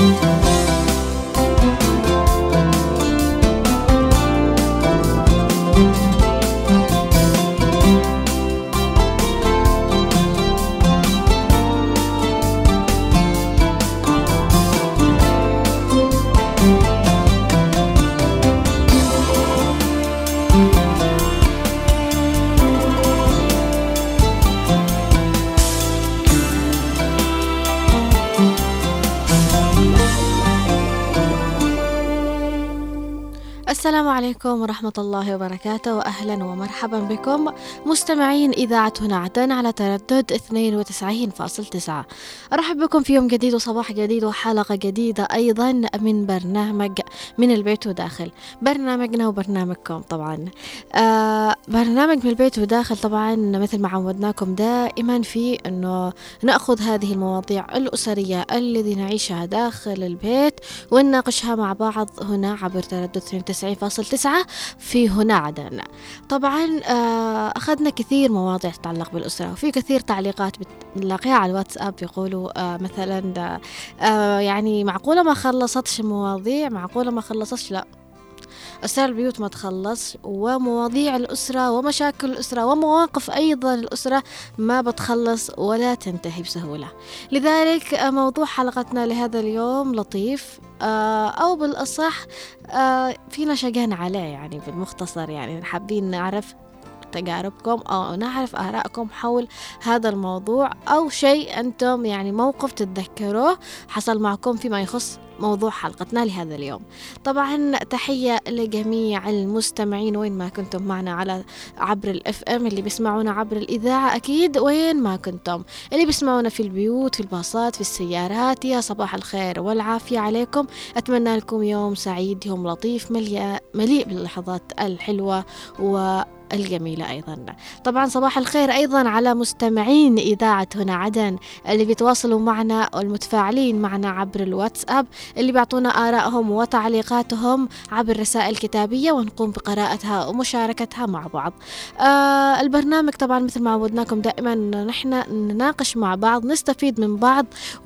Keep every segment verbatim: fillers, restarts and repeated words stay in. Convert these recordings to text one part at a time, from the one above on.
السلام عليكم ورحمة الله وبركاته، وأهلا ومرحبا بكم مستمعين إذاعة هنا عدن على تردد اثنين وتسعين فاصلة تسعة. أرحب بكم في يوم جديد وصباح جديد وحلقة جديدة أيضا من برنامج من البيت وداخل، برنامجنا وبرنامجكم طبعا. آه برنامج من البيت وداخل طبعا مثل ما عودناكم دائما في أنه نأخذ هذه المواضيع الأسرية الذي نعيشها داخل البيت ونناقشها مع بعض هنا عبر تردد اثنين وتسعين فاصلة تسعة في هنا عدن. طبعا أخذنا كثير مواضيع تتعلق بالأسرة، وفي كثير تعليقات بنلاقيها على الواتساب يقولوا مثلا يعني معقولة ما خلصتش مواضيع، معقولة ما خلصتش. لا، أسرار البيوت ما تخلص، ومواضيع الأسرة ومشاكل الأسرة ومواقف أيضا الأسرة ما بتخلص ولا تنتهي بسهولة. لذلك موضوع حلقتنا لهذا اليوم لطيف، أو بالأصح فينا شجان عليه، يعني بالمختصر يعني حابين نعرف تجاربكم أو نعرف آراءكم حول هذا الموضوع، أو شيء أنتم يعني موقف تتذكروه حصل معكم فيما يخص موضوع حلقتنا لهذا اليوم. طبعا تحية لجميع المستمعين وين ما كنتم معنا على عبر الاف ام، اللي بيسمعونا عبر الإذاعة أكيد وين ما كنتم، اللي بيسمعونا في البيوت، في الباصات، في السيارات، يا صباح الخير والعافية عليكم. أتمنى لكم يوم سعيد، يوم لطيف مليء باللحظات الحلوة و الجميلة أيضا. طبعا صباح الخير أيضا على مستمعين إذاعة هنا عدن اللي بيتواصلوا معنا والمتفاعلين معنا عبر الواتساب، اللي بيعطونا آرائهم وتعليقاتهم عبر رسائل كتابية ونقوم بقراءتها ومشاركتها مع بعض. آه البرنامج طبعا مثل ما عودناكم دائما نحن نناقش مع بعض، نستفيد من بعض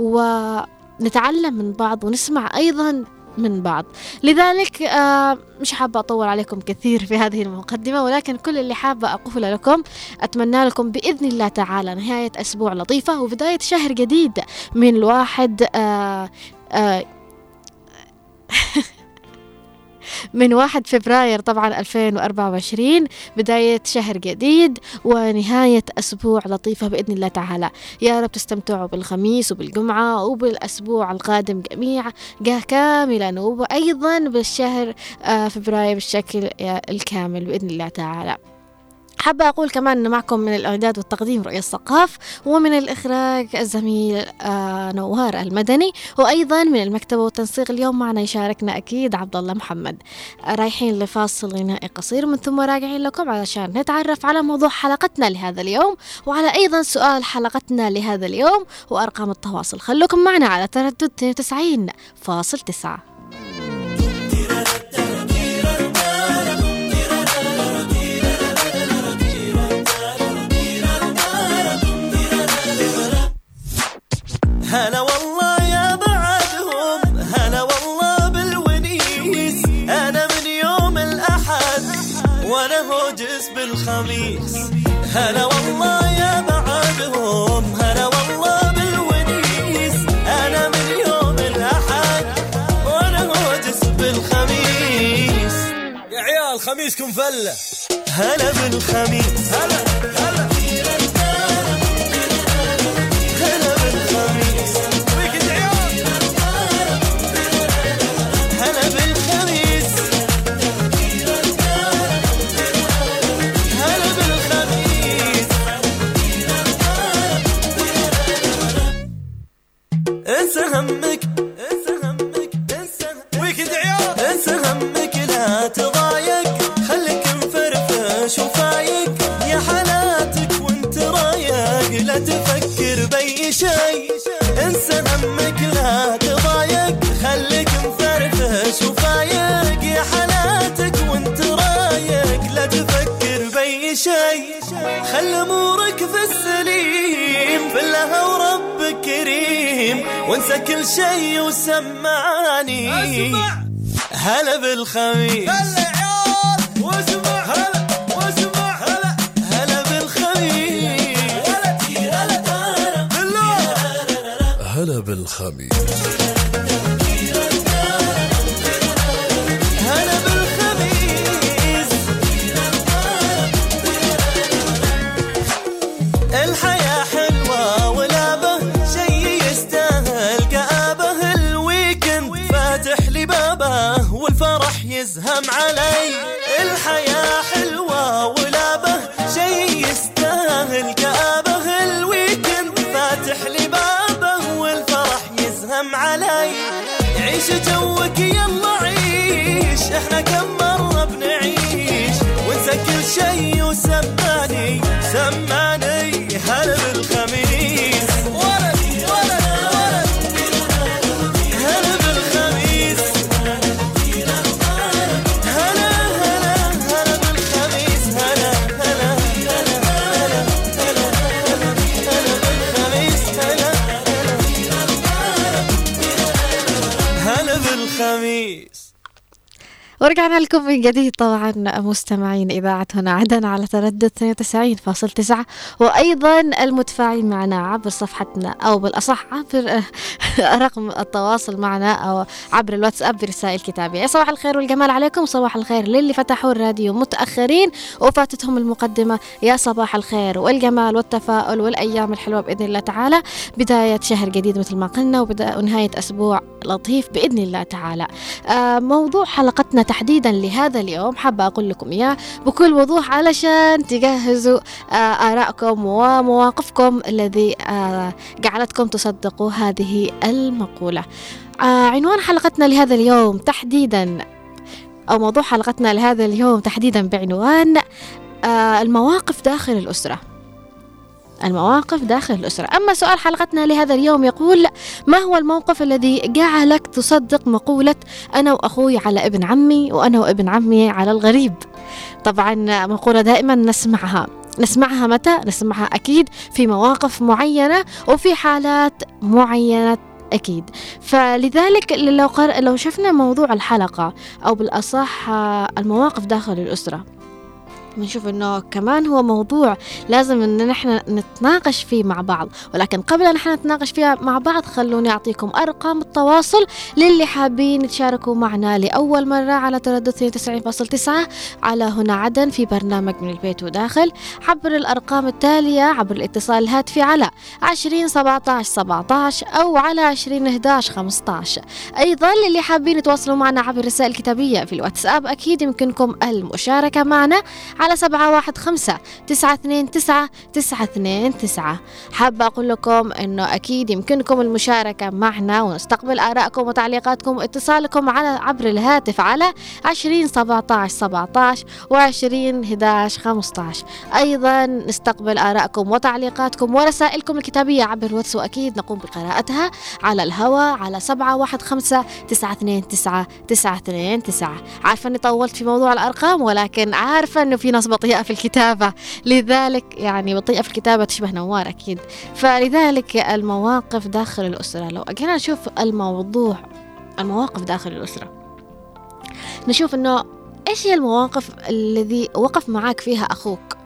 ونتعلم من بعض ونسمع أيضا من بعض. لذلك آه مش حابة أطول عليكم كثير في هذه المقدمة، ولكن كل اللي حابة أقوله لكم أتمنى لكم بإذن الله تعالى نهاية أسبوع لطيفة وبداية شهر جديد من الواحد آه آه من واحد فبراير طبعا ألفين وأربعة وعشرين، بداية شهر جديد ونهاية أسبوع لطيفة بإذن الله تعالى. يا رب تستمتعوا بالخميس وبالجمعة وبالأسبوع القادم جميع كاملا، وأيضا بالشهر فبراير بالشكل الكامل بإذن الله تعالى. حابة أقول كمان أن معكم من الإعداد والتقديم رؤية الثقاف، ومن الإخراج الزميل آه نوار المدني، وأيضا من المكتبة والتنسيق اليوم معنا يشاركنا أكيد عبد الله محمد. آه رايحين لفاصل غنائي قصير من ثم راجعين لكم علشان نتعرف على موضوع حلقتنا لهذا اليوم، وعلى أيضا سؤال حلقتنا لهذا اليوم وأرقام التواصل. خلوكم معنا على تردد تسعين فاصل تسعة. هلا والله يا بعدهم، هلا والله بالونيس، أنا من يوم الأحد وأنا هوجس بالخميس. هلا والله يا بعدهم، هلا والله بالونيس، أنا من يوم الأحد وأنا هوجس بالخميس. يا عيال خميسكم فلة. هلا بالخميس، هلا هلا انسى همك، انسى همك، انسى ويكد عيال، انسى همك لا تضايق، خليك مفرفش وفايق يا حالاتك وانت رايق، لا تفكر بأي شيء. انسى همك لا تضايق، خليك مفرفش وفايق يا حالاتك وانت رايق، لا تفكر بأي شيء. خل امورك في السليم، بالله وربك كريم، نعيم وانسى كل شي وسمعني. هلا بالخميس هلا عيال واسمع هلا واسمع هلا هلا بالخميس هلا بالخميس هلا بالخميس. الحياة حلوة ولعبة شي يستاهل كآبه. الويكند فاتح لي بابه والفرح يزهم علي. الحياة حلوة ولعبة شي يستاهل كآبه. الويكند فاتح لي بابه والفرح يزهم علي. عيش جوك يلا عيش احنا كم مرة بنعيش ونسى كل شي وسمعني سمعني. هلا بالخميس ولد ولد ولد هلا بالخميس هلا هلا هلا بالخميس هلا هلا هلا هلا هلا هلا بالخميس هلا هلا بالخميس. ورجعنا لكم من جديد طبعا مستمعين إذاعة هنا عدن على تردد اثنين وتسعين فاصلة تسعة، وأيضا المتفاعلين معنا عبر صفحتنا أو بالأصح عبر رقم التواصل معنا أو عبر الواتساب برسائل كتابية. صباح الخير والجمال عليكم. صباح الخير للي فتحوا الراديو متأخرين وفاتتهم المقدمة. يا صباح الخير والجمال والتفاؤل والأيام الحلوة بإذن الله تعالى. بداية شهر جديد مثل ما قلنا ونهاية أسبوع لطيف بإذن الله تعالى. آه موضوع حلقتنا تحديدا لهذا اليوم حابة أقول لكم إياه بكل وضوح علشان تجهزوا آه آرائكم ومواقفكم الذي آه جعلتكم تصدقوا هذه المقولة. آه عنوان حلقتنا لهذا اليوم تحديدا أو موضوع حلقتنا لهذا اليوم تحديدا بعنوان آه المواقف داخل الأسرة. المواقف داخل الأسرة. أما سؤال حلقتنا لهذا اليوم يقول: ما هو الموقف الذي جعلك تصدق مقولة أنا وأخوي على ابن عمي وأنا وابن عمي على الغريب؟ طبعا مقولة دائما نسمعها نسمعها متى؟ نسمعها أكيد في مواقف معينة وفي حالات معينة أكيد. فلذلك لو, قر... لو شفنا موضوع الحلقة أو بالأصح المواقف داخل الأسرة بنشوف انه كمان هو موضوع لازم ان نحن نتناقش فيه مع بعض. ولكن قبل ان نحن نتناقش فيها مع بعض خلوني اعطيكم ارقام التواصل للي حابين يتشاركوا معنا لاول مره على تردد اثنين وتسعين فاصلة تسعة على هنا عدن في برنامج من البيت وداخل عبر الارقام التاليه: عبر الاتصال الهاتفي على عشرين سبعة عشر سبعة عشر او على عشرين احد عشر خمسة عشر. ايضا للي حابين يتواصلوا معنا عبر الرسائل الكتابيه في الواتساب اكيد يمكنكم المشاركه معنا على سبعة واحد خمسة تسعة اثنين تسعة تسعة اثنين تسعة. حابة أقول لكم أنه أكيد يمكنكم المشاركة معنا ونستقبل آرائكم وتعليقاتكم واتصالكم على عبر الهاتف على عشرين سبعة عشر سبعة عشر وعشرين احد عشر خمسة عشر. أيضا نستقبل آرائكم وتعليقاتكم ورسائلكم الكتابية عبر الواتس وأكيد نقوم بقراءتها على الهواء على سبعة واحد خمسة تسعة اثنين تسعة تسعة اثنين تسعة. عارفة أني طولت في موضوع الأرقام ولكن عارفة أنه في ناس بطيئة في الكتابة، لذلك يعني بطيئة في الكتابة تشبه نوار أكيد. فلذلك المواقف داخل الأسرة، لو أجينا نشوف الموضوع المواقف داخل الأسرة نشوف أنه إيش هي المواقف الذي وقف معاك فيها أخوك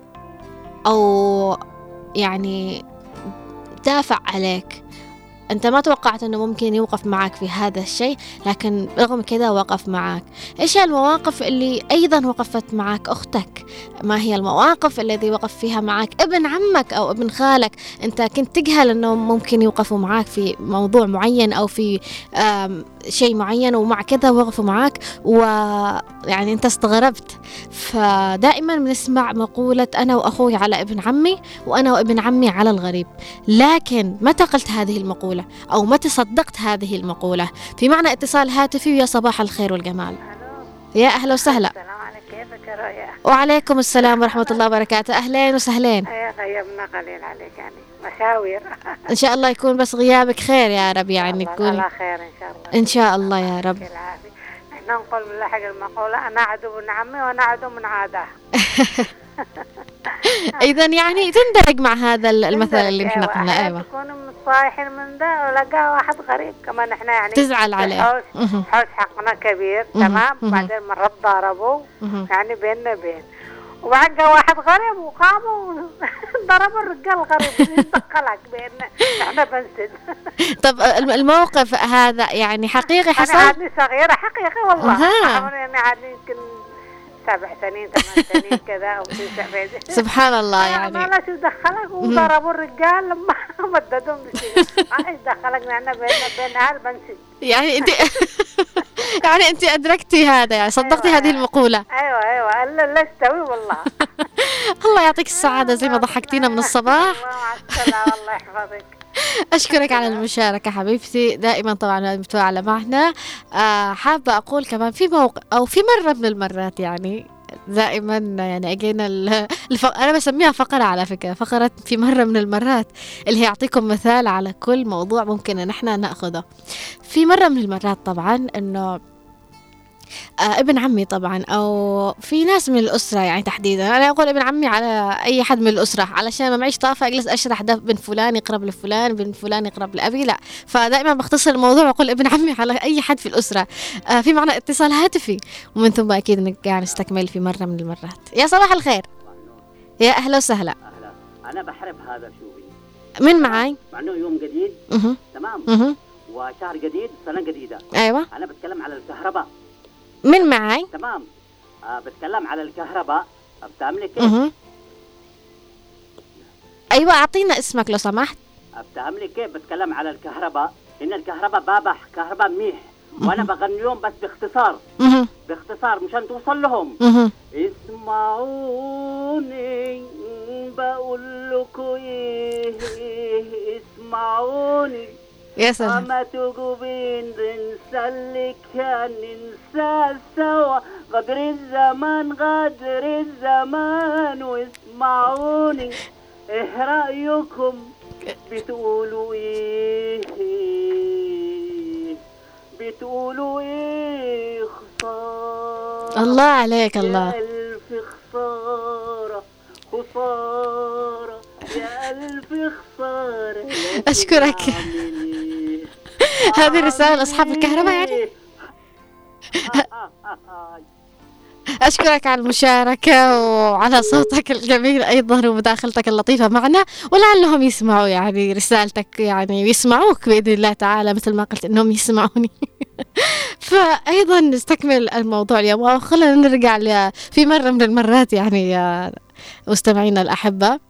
أو يعني دافع عليك. أنت ما توقعت أنه ممكن يوقف معك في هذا الشيء لكن رغم كذا وقف معك. إيش هي المواقف اللي أيضا وقفت معك أختك؟ ما هي المواقف الذي وقف فيها معك ابن عمك أو ابن خالك؟ أنت كنت تجهل أنه ممكن يوقفوا معك في موضوع معين أو في شيء معين ومع كذا وقفوا معك ويعني أنت استغربت. فدائما بنسمع مقولة أنا وأخوي على ابن عمي وأنا وابن عمي على الغريب، لكن متى قلت هذه المقولة أو متى صدقت هذه المقولة؟ في معنى اتصال هاتفي. يا صباح الخير والجمال. يا أهلا وسهلا. السلام عليكم، كيفك يا رؤيا؟ وعليكم السلام ورحمة الله وبركاته. أهلين وسهلين. يا غيبنا قليل عليك يعني مشاوير. إن شاء الله يكون بس غيابك خير يا رب، يعني يكون الله خير إن شاء الله. إن شاء الله يا رب. ننقل من لحق المقولة أنا عدو من عمي وأنا عدو من عادة. إذا يعني تندرج مع هذا المثل اللي احنا قلنا. أيوة تكون متصايحين من ده ولقى واحد غريب كمان احنا يعني تزعل عليه. حوش, حوش حقنا كبير تمام. بعدين مرات ضربوا يعني بيننا بين وبعد واحد غريب وقاموا ضربوا الرجال الغريب دخلك بيننا احنا بنسد. طب الموقف هذا يعني حقيقي حصل؟ أنا عادني صغيرة حقيقي والله. أنا عادني يمكن سبع سنين ثمان سنين كذا أو تسع سنين. سبحان الله يعني. ما لا شو دخلك وضربوا الرجال لما مددهم بشيء. إيش دخلك معنا بين بين أهل بنسد. يعني أنت يعني أنت أدركتي هذا يعني صدقتي أيوة هذه المقولة. أيوة أيوة لا لا استوي والله. الله يعطيك السعادة زي ما ضحكتينا من الصباح. الله مع السلامة الله يحفظك. أشكرك على المشاركة حبيبتي دائما طبعا متفاعلة معنا. آه حابة أقول كمان في موقع أو في مرة من المرات يعني دائما يعني أجينا الف... أنا بسميها فقرة على فكرة فقرة في مرة من المرات اللي هي أعطيكم مثال على كل موضوع ممكن أن احنا نأخذه. في مرة من المرات طبعا أنه آه ابن عمي طبعا أو في ناس من الأسرة يعني تحديدا أنا أقول ابن عمي على أي حد من الأسرة علشان ما معيش طافة أجلس أشرح ده بن فلان يقرب لفلان بن فلان يقرب لأبي لا فدائما بختصر الموضوع وأقول ابن عمي على أي حد في الأسرة. آه في معنا اتصال هاتفي ومن ثم أكيد نرجع نستكمل في مرة من المرات. يا صباح الخير. يا أهلا وسهلا. أهلا. أنا بحرب هذا شوفي. من معاي؟ مع إنه يوم جديد. أه. تمام. أه. وشهر جديد سنة جديدة. أيوة. أنا بتكلم على الكهرباء. من معاي؟ تمام. آه بتكلم على الكهرباء. أفتهم لك كيف؟ أه. أيوة أعطينا اسمك لو سمحت. أفتهم لك كيف بتكلم على الكهرباء إن الكهرباء بابح كهرباء منيح وأنا بغني لهم بس باختصار. أه. باختصار مشان توصل لهم. أه. اسمعوني بقول لكم إيه اسمعوني. يا سلام. أما تقوبين ننسى اللي كان ننسى سوا غدر الزمان غدر الزمان واسمعوني إيه رأيكم بتقولوا إيه بتقولوا إيه خسارة الله عليك الله. يا ألف خسارة خسارة يا ألف خسارة. أشكرك. هذه رسالة لأصحاب الكهرباء يعني. أشكرك على المشاركة وعلى صوتك الجميل أيضا ومداخلتك اللطيفة معنا ولعلهم يسمعوا يعني رسالتك يعني ويسمعوك بإذن الله تعالى مثل ما قلت إنهم يسمعوني. فأيضا نستكمل الموضوع اليوم وخلنا نرجع في مرة من المرات يعني يا مستمعينا الأحبة.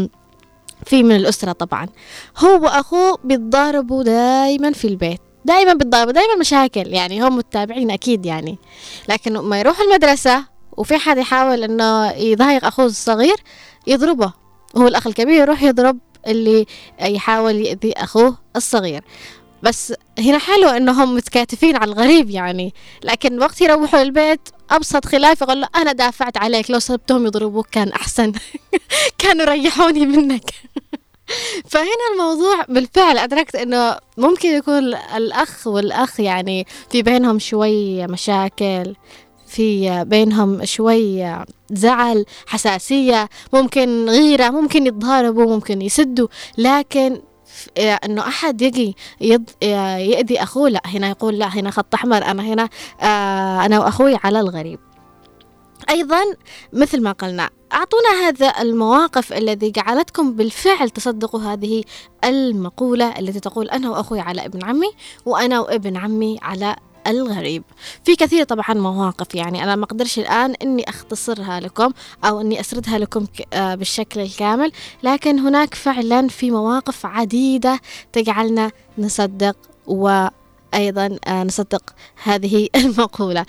في من الأسرة طبعا هو وأخوه بيتضاربوا دايما في البيت دايما بيتضاربوا دايما مشاكل يعني هم متابعين أكيد يعني لكن ما يروح المدرسة وفي حد يحاول إنه يضايق أخوه الصغير يضربه هو الأخ الكبير يروح يضرب اللي يحاول يأذي أخوه الصغير. بس هنا حلو إنهم متكاتفين على الغريب يعني لكن وقت يروحوا البيت أبسط خلاف يقول له أنا دافعت عليك لو سبتهم يضربوك كان أحسن كانوا ريحوني منك. فهنا الموضوع بالفعل أدركت إنه ممكن يكون الأخ والأخ يعني في بينهم شوي مشاكل في بينهم شوي زعل حساسية ممكن غيرة ممكن يتضاربوا ممكن يسدوا لكن انه احد يجي يض... يأذي اخوه لا هنا يقول لا هنا خط احمر انا هنا آه انا واخوي على الغريب. ايضا مثل ما قلنا اعطونا هذا المواقف الذي جعلتكم بالفعل تصدقوا هذه المقولة التي تقول انا واخوي على ابن عمي وانا وابن عمي على الغريب. في كثير طبعا مواقف يعني أنا ما أقدرش الآن أني أختصرها لكم أو أني أسردها لكم بالشكل الكامل لكن هناك فعلا في مواقف عديدة تجعلنا نصدق وأيضا نصدق هذه المقولة.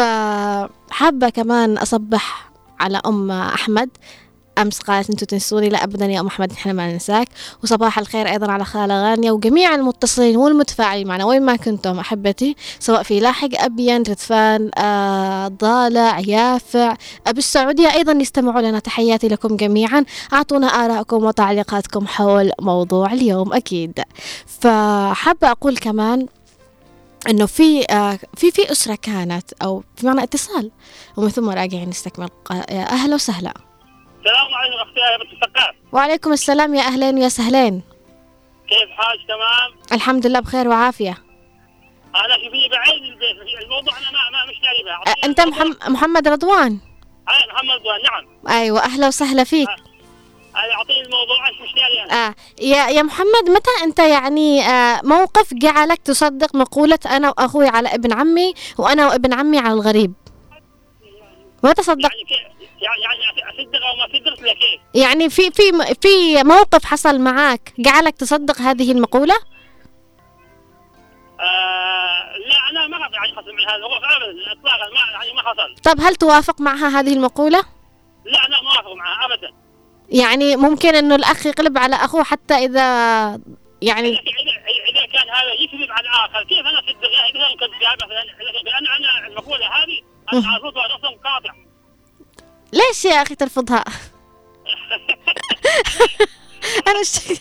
فحابة كمان أصبح على أم أحمد أمس قالت أنتوا تنسوني لا أبدا يا أم أحمد نحن ما ننساك. وصباح الخير أيضا على خالة غانية وجميع المتصلين والمتفاعلين معنا وين ما كنتم أحبتي سواء في لاحق أبين رتفان آه ضالع يافع أبي السعودية أيضا يستمعوا لنا. تحياتي لكم جميعا أعطونا آراءكم وتعليقاتكم حول موضوع اليوم أكيد. فحابة أقول كمان إنه في آه في في أسرة كانت أو في معنى اتصال، ومن ثم راجعين نستكمل. أهلا وسهلا. السلام عليكم أختي يا بنت الثقاف. وعليكم السلام، يا أهلين يا سهلين. كيف حالك؟ تمام الحمد لله بخير وعافية. أنا شوفي بعين البيت الموضوع أنا ما ما مش داري أه أنت محم... محمد رضوان؟ أنا محمد رضوان نعم. أيوة أهلا وسهلا فيك. أنا أعطيني الموضوع إيش مش داري أنا. آه يا يا محمد، متى أنت يعني آه موقف جعلك تصدق مقولة أنا وأخوي على ابن عمي وأنا وابن عمي على الغريب؟ متى صدق؟ يعني كيف يعني يعني أصدق أو ما أصدق ولا كيف؟ يعني في في في موقف حصل معك جعلك تصدق هذه المقولة؟ آه لا أنا ما يعني حصل من هذا الموقف أبدا إطلاقا، ما يعني ما حصل. طب هل توافق معها هذه المقولة؟ لا أنا ما أوافق معها أبدا. يعني ممكن إنه الأخ يقلب على أخوه حتى إذا يعني إذا إذا كان هذا يكذب على الآخر كيف أنا أصدق؟ يعني مثلا كذاب مثلا أنا أنا المقولة هذه أنا أرفضها رفض قاطع. ليش يا أخي ترفضها؟ أنا ش...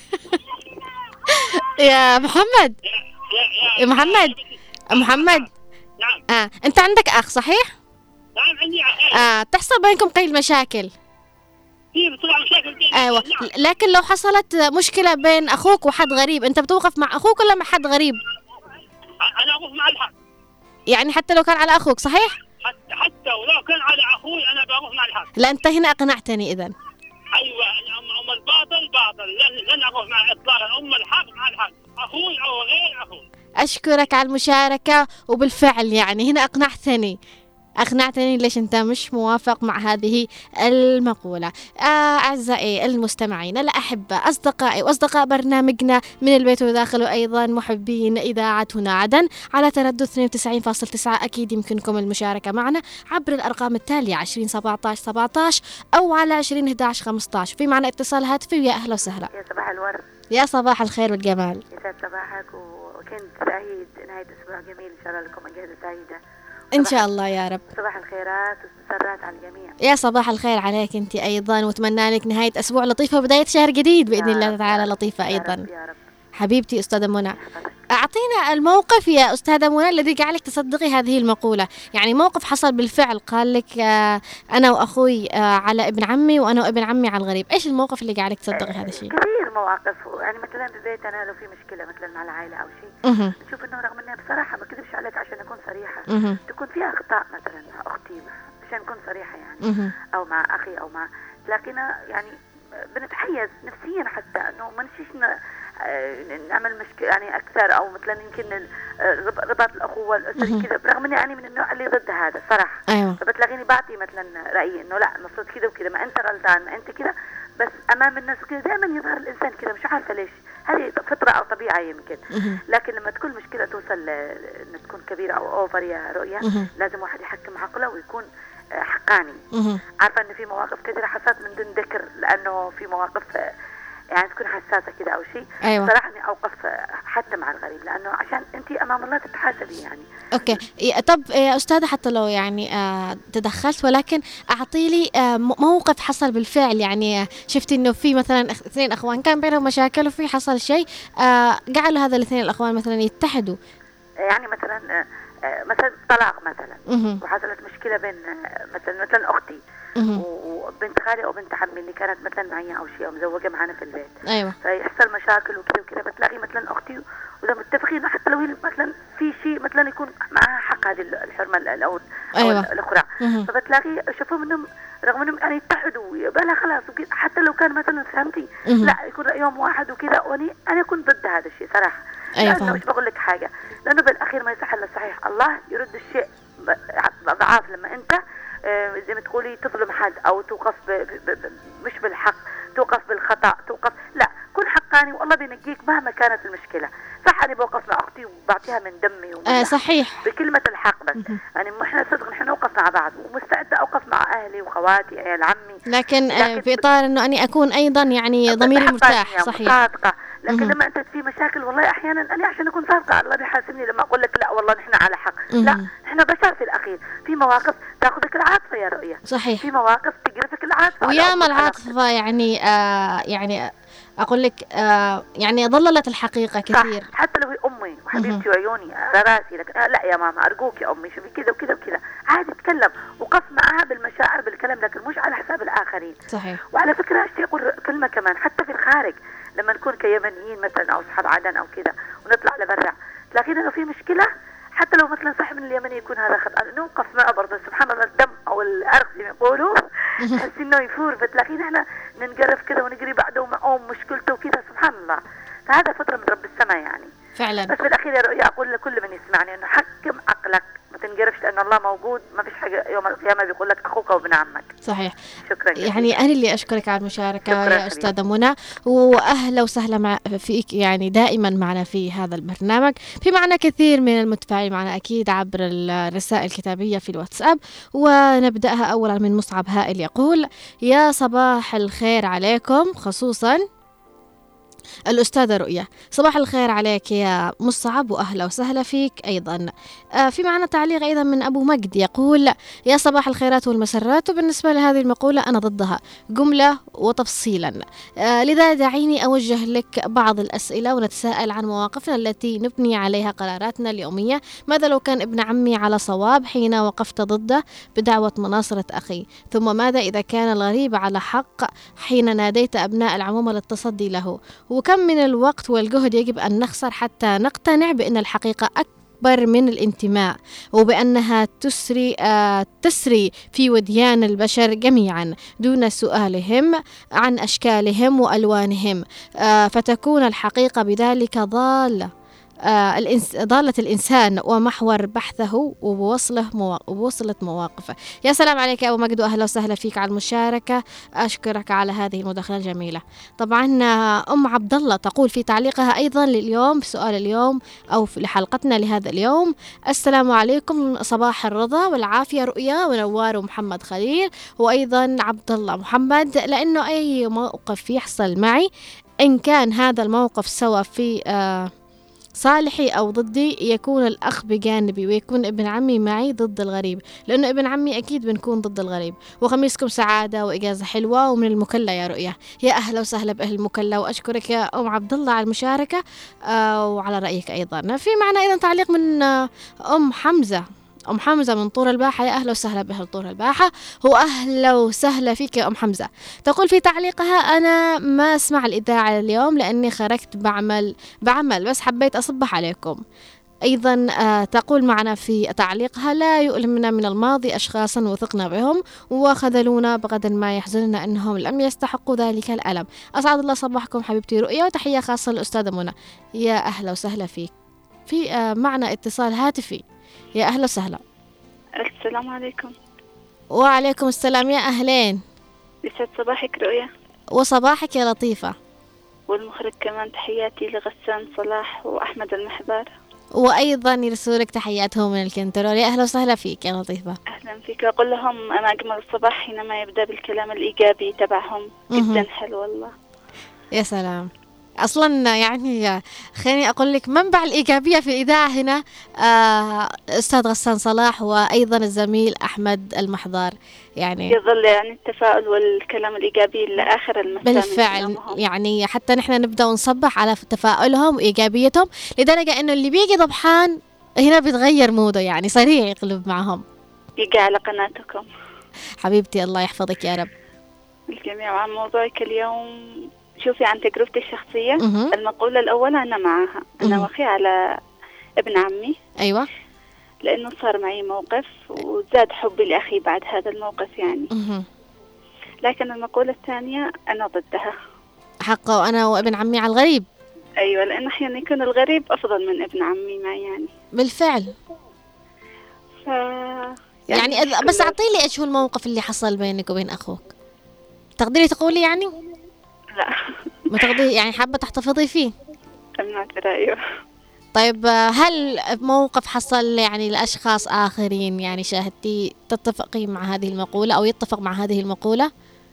يا محمد يا, يا محمد محمد نعم. آه. أنت عندك أخ صحيح؟ نعم عندي أخ. آه. تحصل بينكم قيل مشاكل. في طبعا مشاكل بيننا. أيوة. نعم. لكن لو حصلت مشكلة بين أخوك وحد غريب، أنت بتوقف مع أخوك ولا مع حد غريب؟ أنا أوقف مع الحق. يعني حتى لو كان على أخوك صحيح؟ حتى حتى ولو كان على أخوي أنا بوقف مع الحق. لا أنت هنا أقنعتني إذن. أيوة أم الباطل باطل، لن أقف مع إطلاقا، أم الحق مع الحق، أخوي أو غير أخوي. أشكرك على المشاركة، وبالفعل يعني هنا أقنعتني أقنعتني ليش أنت مش موافق مع هذه المقولة. آه أعزائي المستمعين الأحبة، أصدقائي وأصدقاء برنامجنا من البيت وداخله، أيضا محبين إذاعة هنا عدن على تردد اثنين وتسعين فاصلة تسعة، أكيد يمكنكم المشاركة معنا عبر الأرقام التالية عشرين سبعة عشر سبعة عشر أو على عشرين أحد عشر خمسة عشر. في معنا اتصال هاتفي، ويا أهلا وسهلا. يا صباح الورد. يا صباح الخير والجمال. يسعد صباحك وكنت سعيد، نهاية أسبوع جميل إن شاء الله لكم أجازة سعيدة إن شاء الله يا رب. صباح الخيرات والسرات على الجميع. يا صباح الخير عليك أنت أيضا، وأتمنى لك نهاية أسبوع لطيفة وبداية شهر جديد بإذن الله تعالى لطيفة أيضا. يا رب يا رب. حبيبتي أستاذة منى، أعطينا الموقف يا أستاذة منى الذي جعلك تصدقي هذه المقولة. يعني موقف حصل بالفعل قال لك آه أنا وأخوي آه على ابن عمي وأنا وابن عمي على الغريب. إيش الموقف اللي جعلك تصدقي هذا الشيء؟ كثير مواقف، يعني مثلا ببيت أنا لو في مشكلة مثلا مع العائلة أو شيء، نشوف إنه رغم إنها بصراحة ما كذبش عليك عشان أكون صريحة، مه. تكون فيها أخطاء مثلا مع أختي عشان أكون صريحة يعني، مه. أو مع أخي أو مع، لكن يعني بنتحيز نفسيا حتى إنه ما نشيش نعمل مشكلة يعني أكثر، أو مثلا يمكن رباط الأخوة الأسري كذا، برغم إني يعني من النوع اللي ضد هذا صراحة. أيوة. فبتلاقيني بعطي مثلا رأيي إنه لا المفروض كذا وكذا، ما أنت غلطان ما أنت كذا، بس أمام الناس وكذا دائما يظهر الإنسان كذا، مش عارفة ليش، هذه فطرة أو طبيعة يمكن. لكن لما تكون مشكلة توصل إن تكون كبيرة أو أوفر يا رؤية، لازم واحد يحكم عقله ويكون حقاني. عارفة إن في مواقف كثيرة حصلت من دون ذكر، لأنه في مواقف يعني تكون حساسة كده أو شيء. أيوة. صراحة إني أوقف حتى مع الغريب، لأنه عشان أنت أمام الله تتحاسبي يعني. أوكي. طب يا أستاذة، حتى لو يعني آه تدخلت، ولكن أعطي لي آه موقف حصل بالفعل، يعني آه شفتي إنه في مثلا اثنين أخوان كان بينهم مشاكل وفي حصل شيء آه جعلوا هذا الاثنين الأخوان مثلا يتحدوا. يعني مثلا آه مثلا طلاق مثلا، مه. وحصلت مشكلة بين مثلا مثلا أختي وبنت خالي او بنت عمي اللي كانت مثلا معي او شيء او مزوجه معنا في البيت. ايوه. فيحصل مشاكل وكذا وكذا، بتلاقي مثلا اختي واذا متفقين حتى لو هي مثلا في شيء مثلا يكون معها حق هذه الحرمه الاول او أيوة. الاخرى، مه. فبتلاقي شوفوا منهم رغم انهم يعني يتحدوا يبقى خلاص وكذا، حتى لو كان مثلا فهمتي لا يكون رايهم واحد وكذا، واني انا كنت ضد هذا الشيء صراحه. أيوة. لانه مش بقول لك حاجه، لانه بالاخير ما يصح الا صحيح، الله يرد الشيء ضعاف لما انت زي ما تقولي تظلم حد او توقف ب... ب... ب... مش بالحق، توقف بالخطأ، توقف لا، كن حقاني والله بينجيك مهما كانت المشكلة. صح أنا بوقف مع أختي وبعطيها من دمي ومن آه صحيح بكلمة الحق، بس يعني إحنا صدق نحن نوقف مع بعض، ومستعدة أوقف مع أهلي وخواتي عيال عمي، لكن, لكن في إطار إنه أني أكون أيضا يعني ضميري مرتاح. صحيح صادقة. لكن مم. لما أنت في مشاكل والله أحيانا أنا عشان أكون صادقة الله بيحاسبني لما أقول لك لا والله نحن على حق. مم. لا إحنا بشر في الأخير، في مواقف تأخذك العاطفة يا رؤية. صحيح. في مواقف تجرفك العاطفة، وياما العاطفة يعني آه يعني أقول لك آه يعني ضللت الحقيقة كثير. صح. حتى لو هي أمي وحبيبتي وعيوني على راسي، لكن آه لا يا ماما أرجوك يا أمي شوفي كذا وكذا وكذا، عادي تتكلم وقف معها بالمشاعر بالكلام، لكن مش على حساب الآخرين. صحيح. وعلى فكرة أشتي أقول كلمة كمان، حتى في الخارج لما نكون كيمنيين مثلا أو أصحاب عدن أو كذا ونطلع لبرا، لكن لو في مشكلة حتى لو مثلا صاحب من اليمني يكون هذا خطأ، نوقف معه برضه. سبحان الله الدم أو العرق زي ما يقولوا تحس إنه يفور، بتلاقينا إحنا ننقرف كذا ونجري بعده ومعه مشكلته وكذا. سبحان الله، فهذا فطرة من رب السماء يعني. فعلا. بس في الأخير يا رؤيا أقول لكل من يسمعني إنه حكم عقلك، ما تنقرفش لأن الله موجود، ما فيش حاجة يوم القيامة بيقول لك أخوك وابن عمك. صحيح. شكرا جزيلا. يعني أنا اللي أشكرك على المشاركة يا أستاذة منى، وأهلا وسهلا مع فيك يعني دائما معنا في هذا البرنامج. في معنا كثير من المتفاعلين معنا أكيد عبر الرسائل الكتابية في الواتساب، ونبدأها أولا من مصعب هائل يقول: يا صباح الخير عليكم، خصوصا الأستاذة رؤية. صباح الخير عليك يا مصعب وأهلا وسهلا فيك أيضا. آه في معنا تعليق أيضا من أبو مجد يقول: يا صباح الخيرات والمسرات، وبالنسبة لهذه المقولة أنا ضدها جملة وتفصيلا. آه لذا دعيني أوجه لك بعض الأسئلة ونتساءل عن مواقفنا التي نبني عليها قراراتنا اليومية. ماذا لو كان ابن عمي على صواب حين وقفت ضده بدعوة مناصرة أخي؟ ثم ماذا إذا كان الغريب على حق حين ناديت أبناء العمومة للتصدي له؟ وكم من الوقت والجهد يجب أن نخسر حتى نقتنع بأن الحقيقة أكبر من الانتماء، وبأنها تسري آه تسري في وديان البشر جميعا دون سؤالهم عن أشكالهم وألوانهم، آه فتكون الحقيقة بذلك ضالة آه الإنس... ضالة الإنسان ومحور بحثه وبوصله موا... وبوصلة مواقفه. يا سلام عليك يا أبو مجد، أهلا وسهلا فيك على المشاركة، أشكرك على هذه المداخلة الجميلة. طبعا أم عبد الله تقول في تعليقها أيضا لليوم في سؤال اليوم أو لحلقتنا لهذا اليوم: السلام عليكم، صباح الرضا والعافية رؤيا ونوار ومحمد خليل وأيضا عبد الله محمد، لأنه أي موقف يحصل معي إن كان هذا الموقف سواء في آه صالحي أو ضدي يكون الأخ بجانبي ويكون ابن عمي معي ضد الغريب، لأنه ابن عمي أكيد بنكون ضد الغريب. وخميسكم سعادة وإجازة حلوة ومن المكلا يا رؤية. يا أهلا وسهلا بأهل المكلا، وأشكرك يا أم عبد الله على المشاركة آه وعلى رأيك أيضا. في معنا أيضا تعليق من آه أم حمزة أم حمزة من طور الباحة. يا أهلا وسهلا بأهل طور الباحة، وأهلا وسهلا فيك يا أم حمزة. تقول في تعليقها: أنا ما أسمع الإذاعة اليوم لأني خرجت بعمل بعمل بس حبيت أصبح عليكم. أيضا آه تقول معنا في تعليقها: لا يؤلمنا من الماضي أشخاصا وثقنا بهم وخذلونا بقدر ما يحزننا أنهم لم يستحقوا ذلك الألم. أسعد الله صباحكم حبيبتي رؤيا، وتحية خاصة للأستاذة منى. يا أهلا وسهلا فيك. في آه معنا اتصال هاتفي. يا أهلا وسهلا. السلام عليكم. وعليكم السلام، يا أهلين. يسعد صباحك رؤيا. وصباحك يا لطيفة. والمخرج كمان تحياتي لغسان صلاح وأحمد المحبار، وأيضا يرسلك تحياتهم من الكنترول. يا أهلا وسهلا فيك يا لطيفة. أهلا فيك. أقول لهم أنا أجمل الصباح حينما يبدأ بالكلام الإيجابي تبعهم، جدا حلو والله. يا سلام. أصلا يعني خليني أقول لك منبع الإيجابية في الإذاعة هنا آه أستاذ غسان صلاح وأيضا الزميل أحمد المحضار، يعني يظل يعني التفاؤل والكلام الإيجابي لآخر المساء. بالفعل يعني حتى نحن نبدأ ونصبح على تفاؤلهم وإيجابيتهم، لدرجة إنه اللي بيجي ضبحان هنا بيتغير موده، يعني سريع يقلب معهم. يجي على قناتكم حبيبتي، الله يحفظك يا رب. الجميع. عن موضوعك اليوم، شوفي عن تجربتي الشخصية، مه. المقولة الأولى أنا معها، أنا وخي على ابن عمي. أيوة. لأنه صار معي موقف وزاد حبي لأخي بعد هذا الموقف يعني. مه. لكن المقولة الثانية أنا ضدها. حقه وأنا وابن عمي على الغريب. أيوة، لأن أحيانا يكون الغريب أفضل من ابن عمي معي يعني. بالفعل. ف... يعني, يعني بس أعطيلي إيش هو الموقف اللي حصل بينك وبين أخوك، تقدري تقولي يعني؟ لا ما تقدري يعني، حابة تحتفظي فيه؟ المعذرة. أيوة. طيب هل موقف حصل يعني لأشخاص آخرين يعني شاهدتي تتفقي مع هذه المقولة أو يتفق مع هذه المقولة؟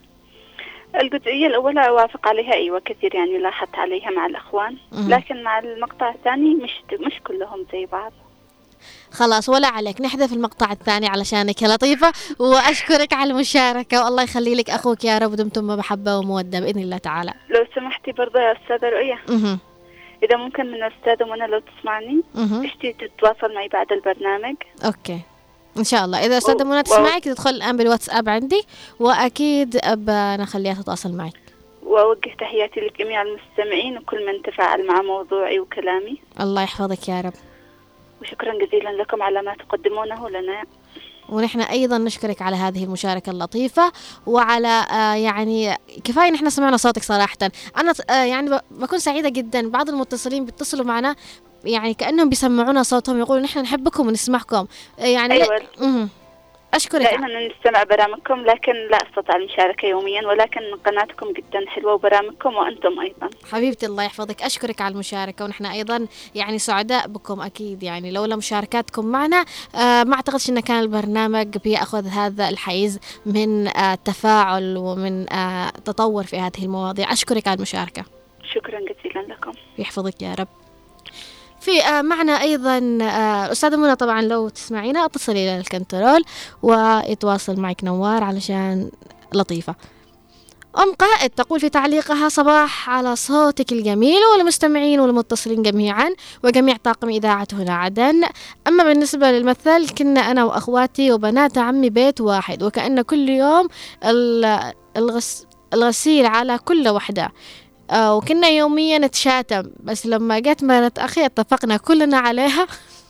الجزئية الأولى أوافق عليها، أيوة كثير يعني لاحظت عليها مع الأخوان. م- لكن مع المقطع الثاني مش مش كلهم زي بعض. خلاص ولا عليك، نحذف المقطع الثاني علشانك يا لطيفة. وأشكرك على المشاركة، والله يخلي لك أخوك يا رب، دمتم محبة ومودة بإذن الله تعالى. لو سمحتي برضه يا أستاذة رؤية، مه. إذا ممكن من الأستاذة منى لو تسمعني اشتي تتواصل معي بعد البرنامج. أوكي إن شاء الله. إذا أستاذة منى تسمعك تدخل الآن بالواتساب عندي، وأكيد بنخليها تتواصل معك. وأوجه تحياتي لجميع المستمعين وكل من تفاعل مع موضوعي وكلامي. الله يحفظك يا رب، وشكرا جزيلا لكم على ما تقدمونه لنا. ونحن أيضا نشكرك على هذه المشاركة اللطيفة، وعلى آه يعني كفاية نحن سمعنا صوتك صراحة. أنا آه يعني بكون سعيدة جدا، بعض المتصلين بيتصلوا معنا يعني كأنهم بيسمعونا صوتهم، يقولوا نحن نحبكم ونسمعكم يعني. أيوة. أشكرك. دائما نستمع برامجكم لكن لا أستطيع المشاركة يوميا، ولكن قناتكم جدا حلوة وبرامجكم وأنتم أيضا. حبيبتي الله يحفظك، أشكرك على المشاركة، ونحن أيضا يعني سعداء بكم أكيد. يعني لولا مشاركاتكم معنا آه ما أعتقدش أن كان البرنامج بيأخذ هذا الحيز من آه تفاعل ومن آه تطور في هذه المواضيع. أشكرك على المشاركة. شكرا جزيلا لكم، يحفظك يا رب. في آه معنا أيضا آه أستاذة منى، طبعا لو تسمعينا اتصلي إلى الكنترول ويتواصل معك نوار علشان لطيفة. أم قائد تقول في تعليقها: صباح على صوتك الجميل والمستمعين والمتصلين جميعا وجميع طاقم إذاعة هنا عدن. أما بالنسبة للمثل، كنا أنا وأخواتي وبنات عمي بيت واحد، وكأن كل يوم الغس الغسيل على كل وحدة، آه وكنا يوميا نتشاتم، بس لما جت مرت أخي اتفقنا كلنا عليها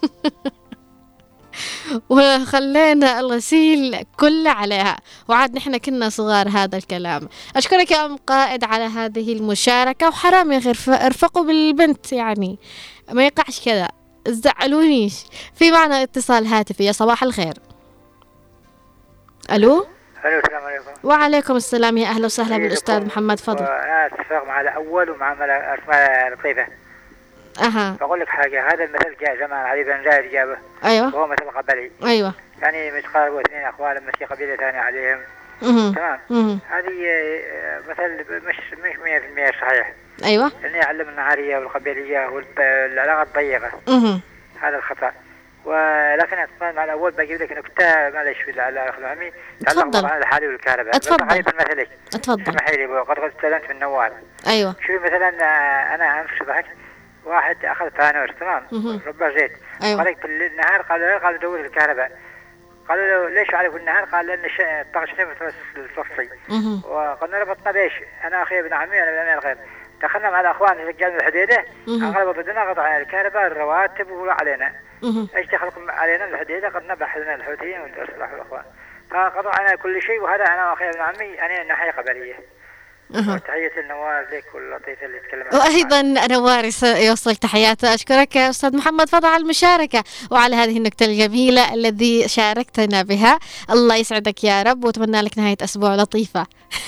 وخلينا الغسيل كله عليها، وعاد نحن كنا صغار. هذا الكلام. أشكرك يا أم قائد على هذه المشاركة، وحرام يا غير ارفقوا بالبنت، يعني ما يقعش كذا، تزعلونيش. في معنا اتصال هاتفي. يا صباح الخير. ألو. الو السلام عليكم. وعليكم السلام، يا أهلا وسهلا بالأستاذ محمد، فضل. أنا أتفق مع الأول ومع أسماء لطيفة. أها. بقول لك حاجة، هذا المثل جاء زمان علي بن زايد جابه. أيوة. وهو مثل قبلي. أيوة. يعني مش قالوا اثنين أخوان مشي قبيلة ثانية عليهم. مم. تمام. مم. هذه مثل مش مش مية في المية صحيح. أيوة. لأنه يعلم النعارية والقبيلية والعلاقة الضيقة. مم. هذا الخطأ. ولكن أتفق مع الأول بجيب لك نكتة معلش في الأخ عمي تفضل. عن الحالي والكهرباء. اتفضل. غريب المثل. اتفضل. اسمحي لي، وقد قد استلمت من نوار. أيوة. شوفي مثلا أنا أمس ضحكت، واحد أخذ فانوس تمام ربع زيت. أيوة. قال في النهار قالوا له قالوا دور الكهرباء. قالوا له ليش عليه في النهار؟ قال لأن الطاقة شنو الفصي. وقلنا له بطنا بيش أنا أخي ابن عمي أنا ابن عمي الخير. دخلنا مع الأخوان رجال من الحديدة، أغلب بدنا قطع الكهرباء الرواتب ولا علينا. ايش دخلكم علينا الحديدة؟ قد نبح لنا الحوثيين والإصلاح والأخوان. فقطعنا كل شيء، وهذا أنا وأخي ابن عمي أنا ناحية قبلية. أه. تحية النوار لك واللطيفة اللي تكلمت. وأيضا نوار يوصل تحياته. أشكرك يا أستاذ محمد فضل على المشاركة وعلى هذه النكتة الجميلة الذي شاركتنا بها. الله يسعدك يا رب، وأتمنى لك نهاية أسبوع لطيفة.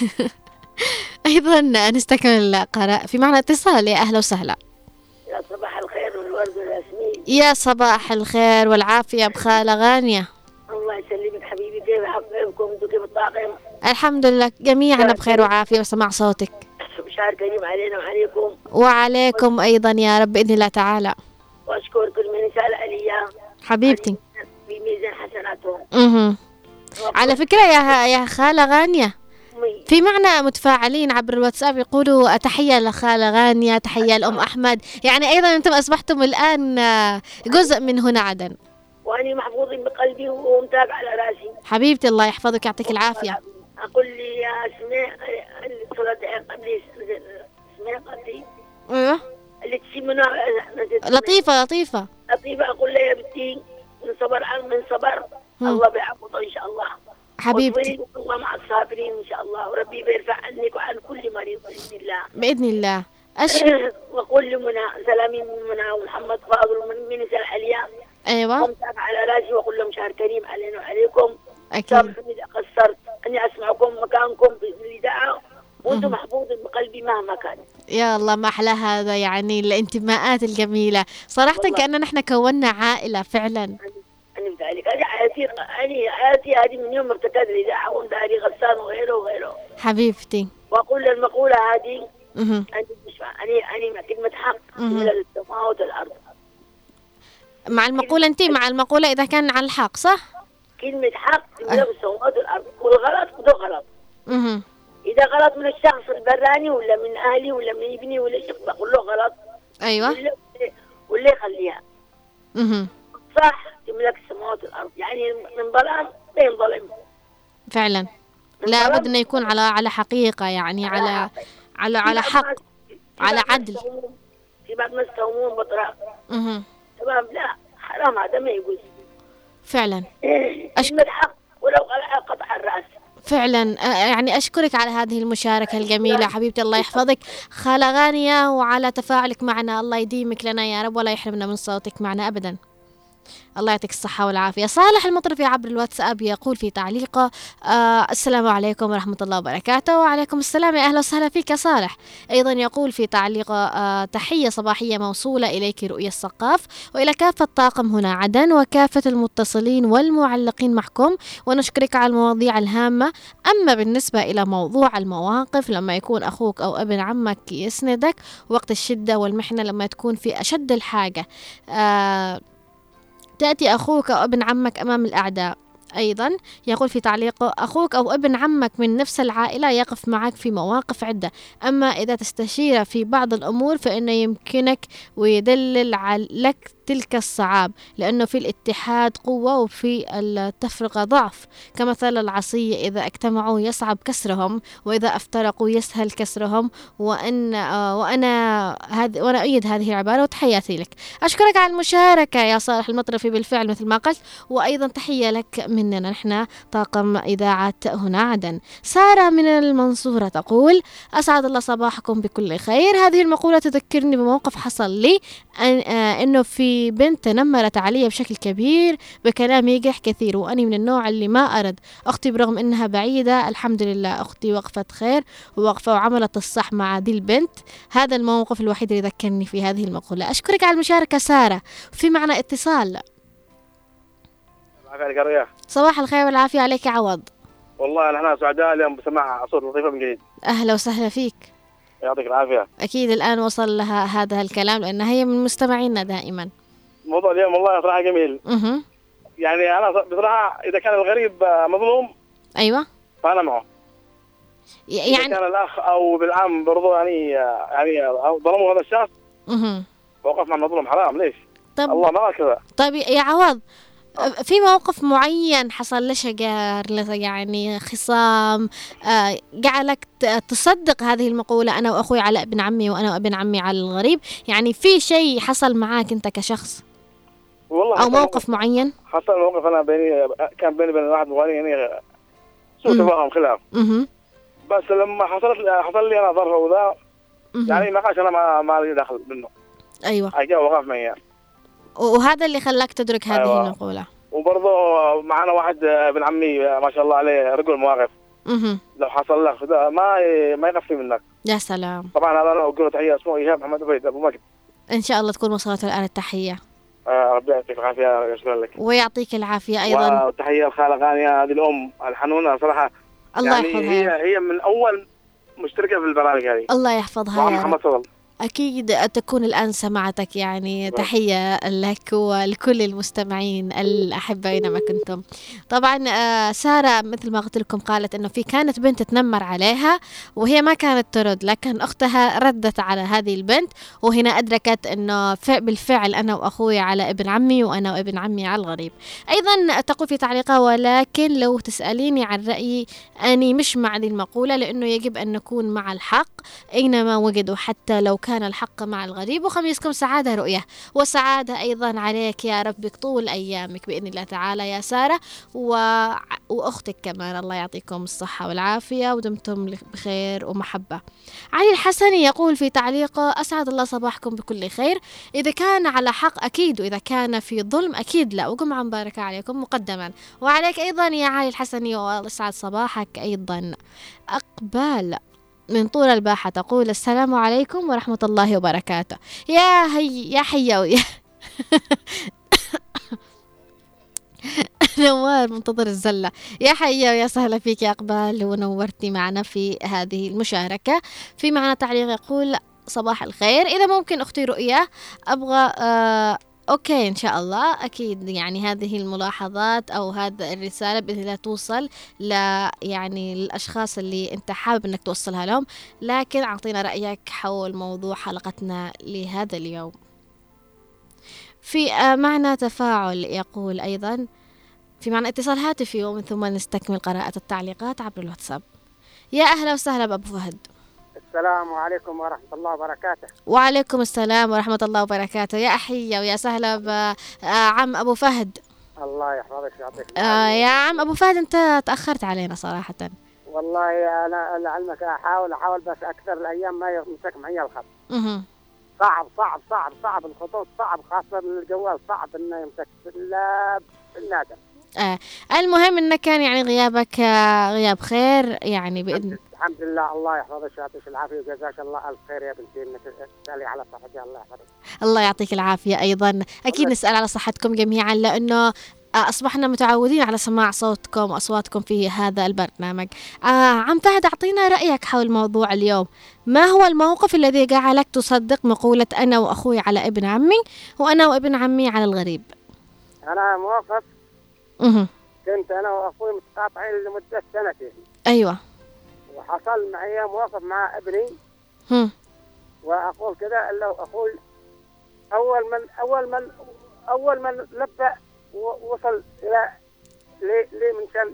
أيضا نستكمل قراءة. في معنا اتصال. يا أهلا وسهلا. يا صباح الخير والورد والياسمين. يا صباح الخير والعافية بخالة غانية. الله يسلمك حبيبي، كيف حبيبكم انتم كيف الطاقم؟ الحمد لله جميعنا بخير وعافية وسمع صوتك. شهر كريم علينا وعليكم. وعليكم أيضا يا رب بإذن الله تعالى. وأشكر كل من سأل عليا حبيبتي في ميزان حسناتهم. اها. على فكرة يا يا خالة غانية، في معنا متفاعلين عبر الواتساب يقولوا تحية لخالة غانية، تحية لأم أحمد، يعني أيضا أنتم أصبحتم الآن جزء من هنا عدن. وأنا محفوظين بقلبي ومتابع على راسي. حبيبتي الله يحفظك يعطيك العافية. أقول لي يا اسماء اللي صلت قبلي اسماء قبلي. أيوه. اللي تسمنا لطيفة لطيفة. لطيفة أقول لها يا بنتي من صبر من صبر الله بيعوضه إن شاء الله. حبيبتي. الله مع الصابرين إن شاء الله، وربي بيرفع عنك وعن كل مريض بإذن الله. بإذن الله. أش. وقول لمنى سلامي من منى ومحمد فاضل ومن من سال عليا. أيوة. ومتابع على راسي وأقول لهم شهر كريم علينا وعليكم. أكيد. سامحوني إذا قصرت، أني أسمعكم مكانكم في الإذاعة وأنتم محفوظين بقلبي مهما كان. يا الله ما أحلى هذا، يعني الانتماءات الجميلة صراحة، كأننا نحن كونا عائلة فعلا. أنا بذلك هذه حياتي، أنا حياتي هذه من يوم ابتكرت الإذاعة ونداري غسان وغيره وغيره. حبيبتي. وأقول المقولة هذه أنا أنا أنا كلمة حق من السماوات والأرض. مع المقولة أنت مع المقولة إذا كان على الحق صح؟ كلمة حق تملأ السماوات والأرض، والغلط وده غلط. اها. إذا غلط من الشخص البراني ولا من أهلي ولا من ابني ولا شيء بقول له غلط. أيوة. ولا ولا يخليها. اها. صح تملك السماوات والأرض، يعني من ظلام لا ينظلم. فعلا. لابد انه يكون على على حقيقة، يعني على على على حق، على عدل. في بعض الناس يتهمون بطراء. اها. تمام، لا حرام، هذا ما يجوز. فعلا. أش... الحق ولو قلع قطع الرأس. فعلا. يعني أشكرك على هذه المشاركة الجميلة حبيبتي، الله يحفظك خالة غانية، وعلى تفاعلك معنا، الله يديمك لنا يا رب ولا يحرمنا من صوتك معنا أبدا. الله يعطيك الصحة والعافية. صالح المطرفي عبر الواتساب يقول في تعليقه آه السلام عليكم ورحمة الله وبركاته. وعليكم السلام، يا أهلا وسهلا فيك يا صالح. أيضا يقول في تعليقه آه تحية صباحية موصولة إليك رؤية الثقاف وإلى كافة طاقم هنا عدن وكافة المتصلين والمعلقين معكم، ونشكرك على المواضيع الهامة. أما بالنسبة إلى موضوع المواقف لما يكون أخوك أو ابن عمك يسندك وقت الشدة والمحنة، لما تكون في أشد الحاجة آه تأتي أخوك أو ابن عمك أمام الأعداء. أيضا يقول في تعليقه أخوك أو ابن عمك من نفس العائلة يقف معك في مواقف عدة، أما إذا تستشير في بعض الأمور فإنه يمكنك ويدلل لك تلك الصعاب، لأنه في الاتحاد قوة وفي التفرقة ضعف، كمثل العصية إذا اجتمعوا يصعب كسرهم وإذا افترقوا يسهل كسرهم. وأن آه وأنا هذ وأنا أؤيد هذه العبارة، وتحياتي لك. أشكرك على المشاركة يا صالح المطرفي، بالفعل مثل ما قلت، وأيضا تحية لك مننا نحن طاقم إذاعة هنا عدن. سارة من المنصورة تقول أسعد الله صباحكم بكل خير. هذه المقولة تذكرني بموقف حصل لي أن آه إنه في بنت تنمرت علي بشكل كبير بكلام يجرح كثير، وأني من النوع اللي ما أرد أختي برغم إنها بعيدة. الحمد لله أختي وقفت خير ووقفة وعملت الصح مع ذي البنت. هذا الموقف الوحيد اللي ذكرني في هذه المقولة. أشكرك على المشاركة سارة. في معنا اتصال. صباح الخير والعافية عليك يا عوض. والله نحن سعداء اليوم بسماع صوت لطيفة من جديد. أهلا وسهلا فيك. يعطيك العافية. أكيد الآن وصل لها هذا الكلام لأنها هي من مستمعينا دائما. موضوع اليوم والله صراحة جميل. أه. يعني أنا بصراحة إذا كان الغريب مظلوم أيوة فأنا معه. يعني إذا كان الأخ أو بالعام برضو يعني يعني ظلموا هذا الشخص أه. وقف مع المظلوم حرام. ليش؟ طب الله ما كذا. طيب يا عوض، في موقف معين حصل لشجار يعني خصام آه جعلك تصدق هذه المقولة أنا وأخوي على ابن عمي وأنا وابن عمي على الغريب؟ يعني في شيء حصل معاك أنت كشخص والله أو موقف معين؟ حصل موقف أنا بيني كان بيني وبين واحد مغني يعني سوء تفاهم خلاف. أمم بس لما حصلت حصل لي أنا ظرف وذا يعني ما قاش أنا ما ما لي دخل منه. أيوة. أجا وقف معي. وهذا اللي خلاك تدرك هذه أيوة. المقولة. وبرضه معنا واحد ابن عمي ما شاء الله عليه رجل مواقف. اها. لو حصل لك ما ما يغفي منك. يا سلام. طبعا هذا انا اقول تحيه اسمه ايهاب محمد عبيد ابو مجد. ان شاء الله تكون وصلت الان التحيه. آه ربي يعطيك العافيه. شكرا لك. ويعطيك العافيه ايضا. وتحيه الخاله غانيه هذه الام الحنونه صراحه. الله يعني يحفظها. هي هي من اول مشتركه في البرامج هذه. الله يحفظها. ومحمد فضل. أكيد تكون الآن سمعتك، يعني تحية لك ولكل المستمعين الأحبة أينما كنتم. طبعا سارة مثل ما قلت لكم قالت أنه في كانت بنت تنمر عليها وهي ما كانت ترد، لكن أختها ردت على هذه البنت، وهنا أدركت أنه بالفعل أنا وأخوي على ابن عمي وأنا وابن عمي على الغريب. أيضا تقول في تعليقها ولكن لو تسأليني عن رأيي أني مش مع هذه المقولة، لأنه يجب أن نكون مع الحق أينما وجدوا حتى لو كان الحق مع الغريب. وخميسكم سعادة رؤية وسعادة أيضا عليك يا رب طول أيامك بإذن الله تعالى يا سارة و... وأختك كمان. الله يعطيكم الصحة والعافية ودمتم بخير ومحبة. علي الحسني يقول في تعليقه أسعد الله صباحكم بكل خير. إذا كان على حق أكيد، وإذا كان في ظلم أكيد لا. وجمعة مباركة عليكم مقدما وعليك أيضا يا علي الحسني، وأسعد صباحك أيضا. أقبال من طول الباحة تقول السلام عليكم ورحمة الله وبركاته. يا هي يا حيا ويا نوار منتظر الزلة. يا حيا ويا سهلا فيك يا أقبال، ونورتي معنا في هذه المشاركة. في معنا تعليق يقول صباح الخير، إذا ممكن أختي رؤيا أبغى آه أوكي إن شاء الله أكيد، يعني هذه الملاحظات أو هذا الرسالة بإذن الله توصل ل يعني الأشخاص اللي أنت حابب أنك توصلها لهم. لكن أعطينا رأيك حول موضوع حلقتنا لهذا اليوم. في معنا تفاعل يقول أيضا، في معنا اتصال هاتفي ومن ثم نستكمل قراءة التعليقات عبر الواتساب. يا أهلا وسهلا بأبو فهد. السلام عليكم ورحمة الله وبركاته. وعليكم السلام ورحمة الله وبركاته. يا أحية ويا سهلا بعم أبو فهد. الله يحفظك ويعطيك آه يا عم أبو فهد، أنت تأخرت علينا صراحة. والله أنا لعلمك أحاول أحاول بس أكثر الأيام ما يمسك معي الخط. اها صعب صعب صعب صعب الخطوط صعب، خاصة الجوال صعب إنه يمسك إلا بالنادم. آه المهم إنه كان يعني غيابك آه غياب خير يعني بإذن. الحمد لله. الله يحفظك ويعطيك العافية وجزاك الله ألف خير يا بنتي إنك تسألي على صحتي. الله يحفظك. الله يعطيك العافية. أيضا أكيد نسأل على صحتكم جميعا، لأنه أصبحنا متعودين على سماع صوتكم وأصواتكم في هذا البرنامج. آه عم فهد، أعطينا رأيك حول موضوع اليوم. ما هو الموقف الذي جعلك تصدق مقولة أنا وأخوي على ابن عمي وأنا وابن عمي على الغريب؟ أنا موقف أه. كنت أنا وأخوي متقاطعين لمدة سنتين. أيوة. وحصل معي موقف مع ابني. هم. وأقول كذا لو أخوي أول من أول من أول من لبى ووصل إلى لي لي من شان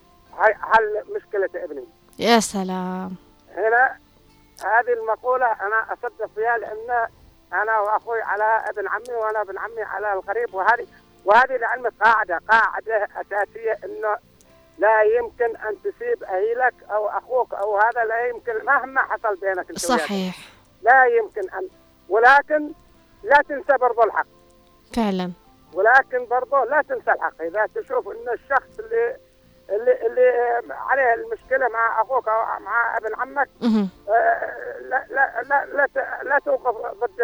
حل مشكلة ابني. يا سلام. هنا هذه المقولة أنا أصدق فيها، لأن أنا وأخوي على ابن عمي وأنا ابن عمي على القريب. وهذه وهذه لعلمك قاعدة قاعدة أساسية، إنه لا يمكن أن تسيب أهلك أو أخوك أو هذا، لا يمكن مهما حصل بينك انت. صحيح. لا يمكن أن، ولكن لا تنسى برضو الحق. فعلا. ولكن برضو لا تنسى الحق. إذا تشوف إن الشخص اللي اللي اللي عليه المشكلة مع أخوك أو مع ابن عمك أه. آه لا لا لا لا, لا توقف ضد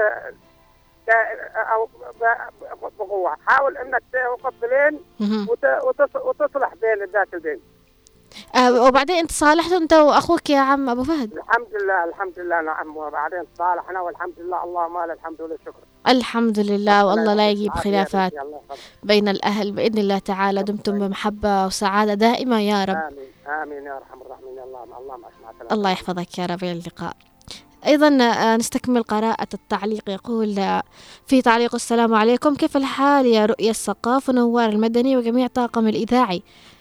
أو بقوة. حاول إنك توقف بلين وتصلح بين ذات البين. أه وبعدين انت صالحتوا انت واخوك يا عم ابو فهد؟ الحمد لله الحمد لله نعم. وبعدين صالحنا والحمد لله. اللهم لك الحمد والشكر. الحمد لله. والله لا يجيب خلافات بين الاهل باذن الله تعالى. دمتم بمحبه وسعاده دائمه يا رب. امين امين يا ارحم الراحمين. اللهم اللهم اسمع. الله يحفظك يا رب. الى اللقاء. أيضا نستكمل قراءة التعليق. يقول في تعليق: السلام عليكم، كيف الحال يا رؤية الثقاف ونوار المدني وجميع طاقم الإذاعي؟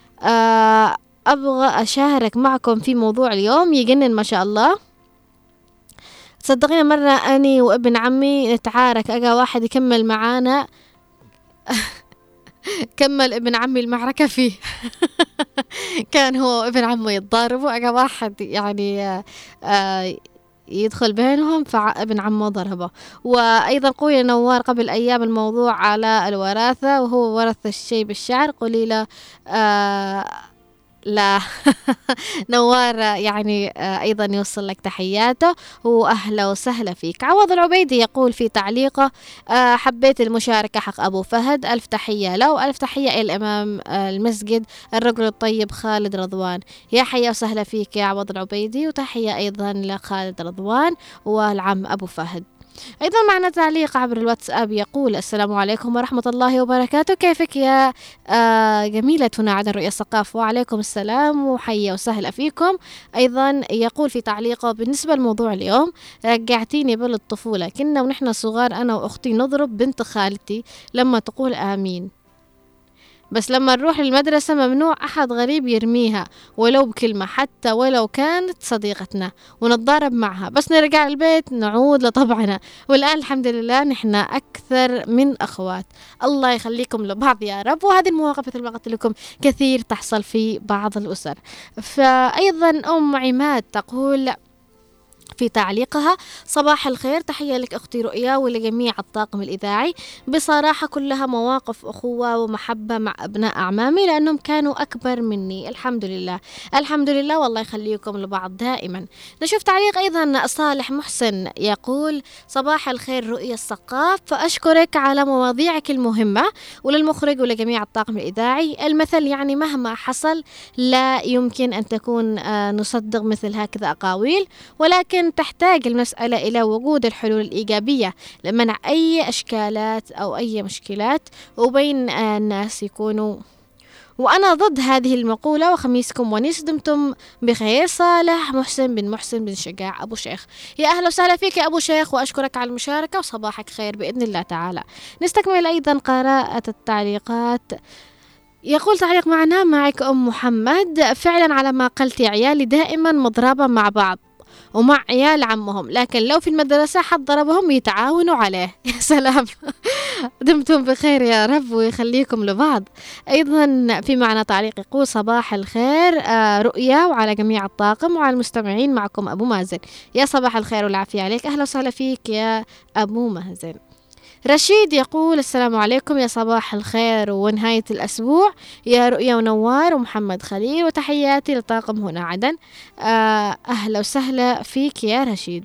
أبغى أشارك معكم في موضوع اليوم يجنن ما شاء الله. صدقيني مرة أني وابن عمي نتعارك، أجا واحد يكمل معانا كمل ابن عمي المعركة فيه كان هو وابن عمي يتضاربوا، أجا واحد يعني آه يدخل بينهم فابن عمه ضربه. وأيضا قولي نوار قبل أيام الموضوع على الوراثة وهو ورث الشيء بالشعر، قولي له آه لا نوار يعني أيضا يوصل لك تحياته وأهلا وسهلا فيك. عوض العبيدي يقول في تعليقه: حبيت المشاركة حق أبو فهد، ألف تحية له وألف تحية إلى الإمام المسجد الرجل الطيب خالد رضوان. يا حيا وسهلا فيك يا عوض العبيدي، وتحية أيضا لخالد رضوان والعم أبو فهد. أيضا معنا تعليق عبر الواتساب يقول: السلام عليكم ورحمة الله وبركاته، كيفك يا آه جميلة هنا عدن رؤية الثقافة؟ وعليكم السلام وحيا وسهلا فيكم. أيضا يقول في تعليقه: بالنسبة لموضوع اليوم رجعتيني بالطفولة، كنا ونحن صغار أنا وأختي نضرب بنت خالتي لما تقول آمين، بس لما نروح للمدرسة ممنوع أحد غريب يرميها ولو بكلمة حتى ولو كانت صديقتنا، ونتضارب معها، بس نرجع البيت نعود لطبعنا. والآن الحمد لله نحن أكثر من أخوات. الله يخليكم لبعض يا رب. وهذه المواقف مثل ما قلت لكم كثير تحصل في بعض الأسر. فأيضا أم عماد تقول في تعليقها: صباح الخير، تحية لك أختي رؤيا ولجميع الطاقم الإذاعي. بصراحة كلها مواقف أخوة ومحبة مع أبناء أعمامي لأنهم كانوا أكبر مني. الحمد لله الحمد لله، والله يخليكم لبعض دائما. نشوف تعليق أيضا صالح محسن يقول: صباح الخير رؤيا الثقاف، فأشكرك على مواضيعك المهمة، وللمخرج ولجميع الطاقم الإذاعي. المثل يعني مهما حصل لا يمكن أن تكون نصدق مثل هكذا أقاويل، ولكن ولكن تحتاج المسألة إلى وجود الحلول الإيجابية لمنع أي إشكالات أو أي مشكلات وبين الناس يكونوا. وأنا ضد هذه المقولة. وخميسكم ونيس، دمتم بخير. صالح محسن بن محسن بن شجاع أبو شيخ، يا أهلا وسهلا فيك يا أبو شيخ، وأشكرك على المشاركة وصباحك خير بإذن الله تعالى. نستكمل أيضا قراءة التعليقات. يقول تعليق معنا: معك أم محمد، فعلا على ما قلت عيالي دائما مضربة مع بعض ومع عيال عمهم، لكن لو في المدرسة حد ضربهم يتعاونوا عليه. يا سلام. دمتم بخير يا رب ويخليكم لبعض. أيضا في معنا تعليق يقول: صباح الخير آه رؤيا وعلى جميع الطاقم وعلى المستمعين، معكم أبو مازن. يا صباح الخير والعافية عليك، أهلا وسهلا فيك يا أبو مازن. رشيد يقول: السلام عليكم، يا صباح الخير ونهاية الأسبوع يا رؤيا ونوار ومحمد خليل، وتحياتي لطاقم هنا عدن. آه أهلا وسهلا فيك يا رشيد.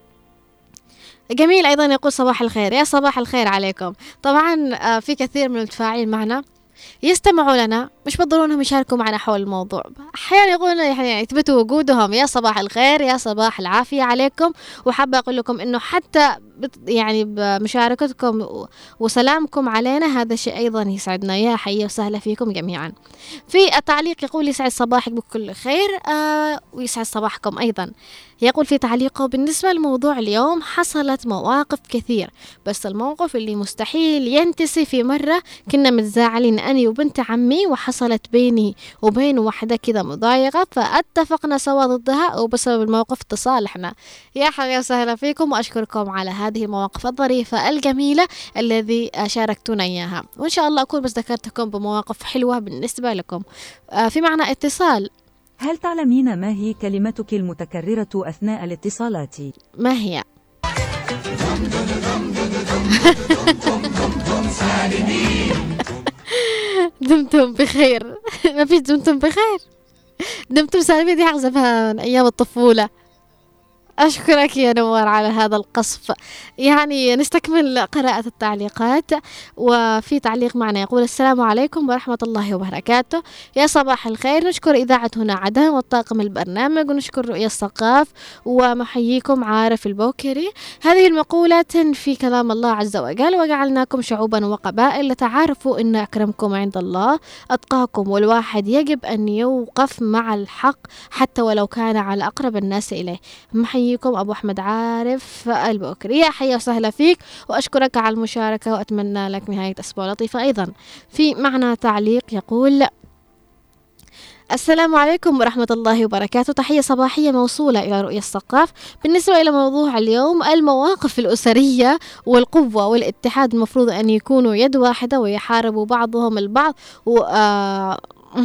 جميل أيضا يقول: صباح الخير، يا صباح الخير عليكم. طبعا آه في كثير من المتفاعلين معنا يستمعوا لنا، مش بالضرورة انهم يشاركوا معنا حول الموضوع، احيانا يقولون يعني يثبتوا وجودهم. يا صباح الخير، يا صباح العافية عليكم. وحابة اقول لكم انه حتى يعني بمشاركتكم وسلامكم علينا هذا شيء ايضا يسعدنا. يا حي وسهلا فيكم جميعا. في التعليق يقول: يسعد صباحك بكل خير آه ويسعد صباحكم ايضا. يقول في تعليقه: بالنسبة لموضوع اليوم حصلت مواقف كثير، بس الموقف اللي مستحيل ينتسي، في مرة كنا متزاعلين أنا وبنت عمي وحصلت بيني وبين واحدة كذا مضايقة، فاتفقنا سوا ضدها وبسبب الموقف تصالحنا. يا حيا وسهلا فيكم، وأشكركم على هذه المواقف الظريفة الجميلة الذي شاركتونا إياها، وإن شاء الله أكون بس ذكرتكم بمواقف حلوة بالنسبة لكم. في معنا اتصال. هل تعلمين ما هي كلمتك المتكررة أثناء الاتصالات؟ ما هي؟ دمتم بخير. ما في دمتم بخير، دمتم سالمين، دي حغزفها من أيام الطفولة. أشكرك يا نوار على هذا القصف. يعني نستكمل قراءة التعليقات. وفي تعليق معنا يقول: السلام عليكم ورحمة الله وبركاته، يا صباح الخير. نشكر إذاعة هنا عدن والطاقم البرنامج، ونشكر رؤية الثقاف، ومحييكم عارف البوكري. هذه المقولة في كلام الله عز وجل: وجعلناكم شعوبا وقبائل لتعارفوا إن أكرمكم عند الله أتقاكم. والواحد يجب أن يوقف مع الحق حتى ولو كان على أقرب الناس إليه. محييكم أبو أحمد عارف البوكري. يا حيا وسهلا فيك، وأشكرك على المشاركة، وأتمنى لك نهاية أسبوع لطيفة. أيضا في معنى تعليق يقول: السلام عليكم ورحمة الله وبركاته، تحية صباحية موصولة إلى رؤية الثقاف. بالنسبة إلى موضوع اليوم، المواقف الأسرية والقوة والاتحاد المفروض أن يكونوا يد واحدة ويحاربوا بعضهم البعض، و آه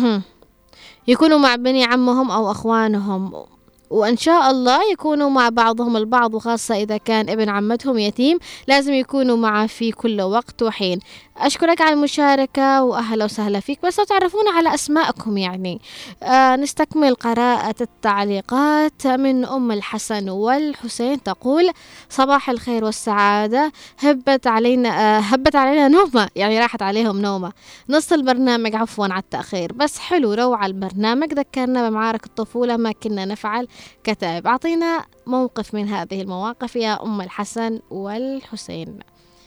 يكونوا مع بني عمهم أو أخوانهم، وإن شاء الله يكونوا مع بعضهم البعض، وخاصة إذا كان ابن عمتهم يتيم لازم يكونوا معه في كل وقت وحين. أشكرك على المشاركة وأهلا وسهلا فيك، بس لو تعرفونا على أسماءكم يعني. آه نستكمل قراءة التعليقات من أم الحسن والحسين. تقول: صباح الخير والسعادة، هبت علينا آه هبت علينا نومة، يعني راحت عليهم نومة نص البرنامج، عفوا على التأخير، بس حلو روعة البرنامج، ذكرنا بمعارك الطفولة ما كنا نفعل كتاب. أعطينا موقف من هذه المواقف يا أم الحسن والحسين.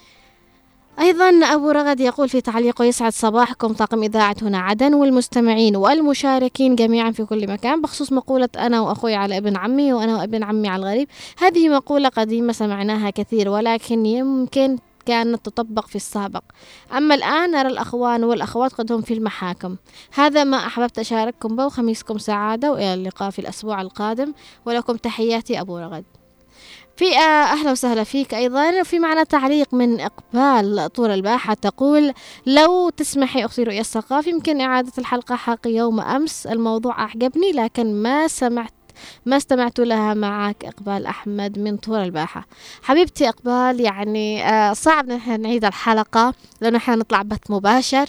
أيضا أبو رغد يقول في تعليقه: يسعد صباحكم طاقم إذاعة هنا عدن والمستمعين والمشاركين جميعا في كل مكان، بخصوص مقولة أنا وأخوي على ابن عمي وأنا وابن عمي على الغريب. هذه مقولة قديمة سمعناها كثير، ولكن يمكن كانت تطبق في السابق، أما الآن نرى الأخوان والأخوات قد هم في المحاكم. هذا ما أحببت أشارككم به، وخميسكم سعادة، وإلى اللقاء في الأسبوع القادم، ولكم تحياتي أبو رغد. في أهلا وسهلا فيك. أيضا في معنا تعليق من إقبال طور الباحة. تقول: لو تسمحي أختي رؤية الثقاف، يمكن إعادة الحلقة حق يوم أمس، الموضوع أعجبني لكن ما سمعت ما استمعت لها معك. إقبال أحمد من طور الباحة. حبيبتي إقبال، يعني آه صعب نحن نعيد الحلقة لأنه نحن نطلع بث مباشر،